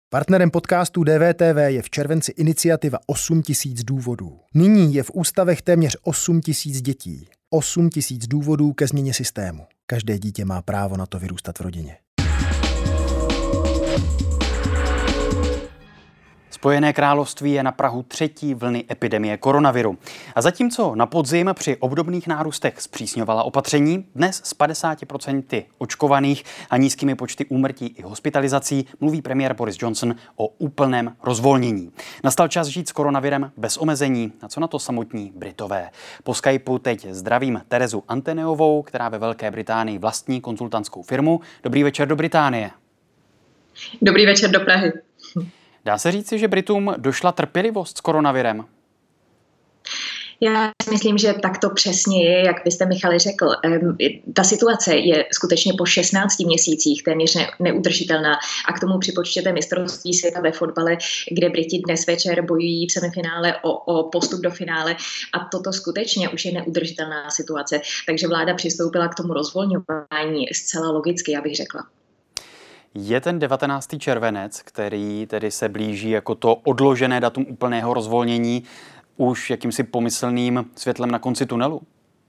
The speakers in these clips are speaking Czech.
Partnerem podcastu DVTV je v červenci iniciativa 8 000 důvodů. Nyní je v ústavech téměř 8 000 dětí. 8 000 důvodů ke změně systému. Každé dítě má právo na to vyrůstat v rodině. Spojené království je na prahu třetí vlny epidemie koronaviru. A zatímco na podzim při obdobných nárůstech zpřísňovala opatření, dnes s 50% očkovaných a nízkými počty úmrtí i hospitalizací mluví premiér Boris Johnson o úplném rozvolnění. Nastal čas žít s koronavirem bez omezení. A co na to samotní Britové? Po Skypeu teď zdravím Terezu Anteneovou, která ve Velké Británii vlastní konzultantskou firmu. Dobrý večer do Británie. Dobrý večer do Prahy. Dá se říci, že Britům došla trpělivost s koronavirem? Já si myslím, že tak to přesně je, jak byste, Michale, řekl. Ta situace je skutečně po 16 měsících téměř neudržitelná a k tomu připočtěte mistrovství světa ve fotbale, kde Briti dnes večer bojují v semifinále o postup do finále a toto skutečně už je neudržitelná situace. Takže vláda přistoupila k tomu rozvolňování zcela logicky, já bych řekla. Je ten 19. červenec, který tedy se blíží jako to odložené datum úplného rozvolnění, už jakýmsi pomyslným světlem na konci tunelu?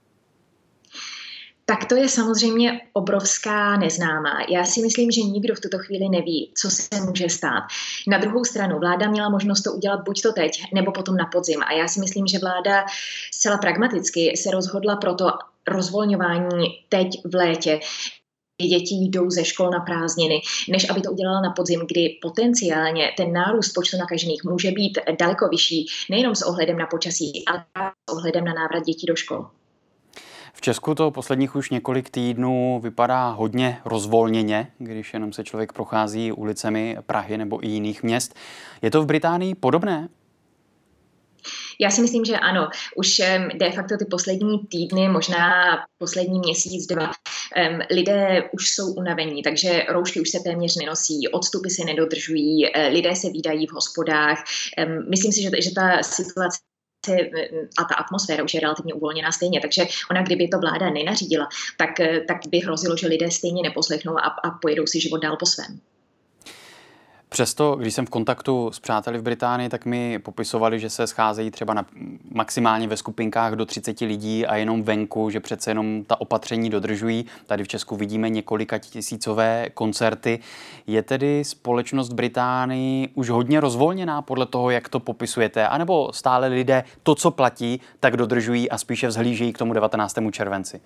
Tak to je samozřejmě obrovská neznámá. Já si myslím, že nikdo v tuto chvíli neví, co se může stát. Na druhou stranu vláda měla možnost to udělat buď to teď, nebo potom na podzim. A já si myslím, že vláda zcela pragmaticky se rozhodla pro to rozvolňování teď v létě. Děti jdou ze škol na prázdniny, než aby to udělala na podzim, kdy potenciálně ten nárůst počtu nakažených může být daleko vyšší, nejenom s ohledem na počasí, ale s ohledem na návrat dětí do škol. V Česku to posledních už několik týdnů vypadá hodně rozvolněně, když jenom se člověk prochází ulicemi Prahy nebo i jiných měst. Je to v Británii podobné? Já si myslím, že ano. Už de facto ty poslední týdny, možná poslední měsíc, dva, lidé už jsou unavení, takže roušky už se téměř nenosí, odstupy se nedodržují, lidé se vídají v hospodách. Myslím si, že ta situace a ta atmosféra už je relativně uvolněná stejně, takže ona, kdyby to vláda nenařídila, tak by hrozilo, že lidé stejně neposlechnou a pojedou si život dál po svém. Přesto, když jsem v kontaktu s přáteli v Británii, tak mi popisovali, že se scházejí třeba maximálně ve skupinkách do 30 lidí a jenom venku, že přece jenom ta opatření dodržují. Tady v Česku vidíme několika tisícové koncerty. Je tedy společnost Británii už hodně rozvolněná podle toho, jak to popisujete? A nebo stále lidé to, co platí, tak dodržují a spíše vzhlížejí k tomu 19. červenci?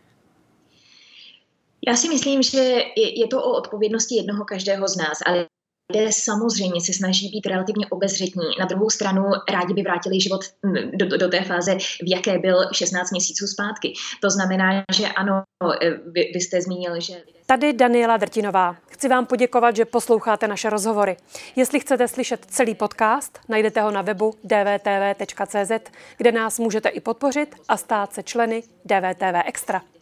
Já si myslím, že je to o odpovědnosti jednoho každého z nás, ale lidé samozřejmě se snaží být relativně obezřetní. Na druhou stranu rádi by vrátili život do té fáze, v jaké byl 16 měsíců zpátky. To znamená, že ano, vy jste zmínil, že... Tady Daniela Drtinová. Chci vám poděkovat, že posloucháte naše rozhovory. Jestli chcete slyšet celý podcast, najdete ho na webu dvtv.cz, kde nás můžete i podpořit a stát se členy DVTV Extra.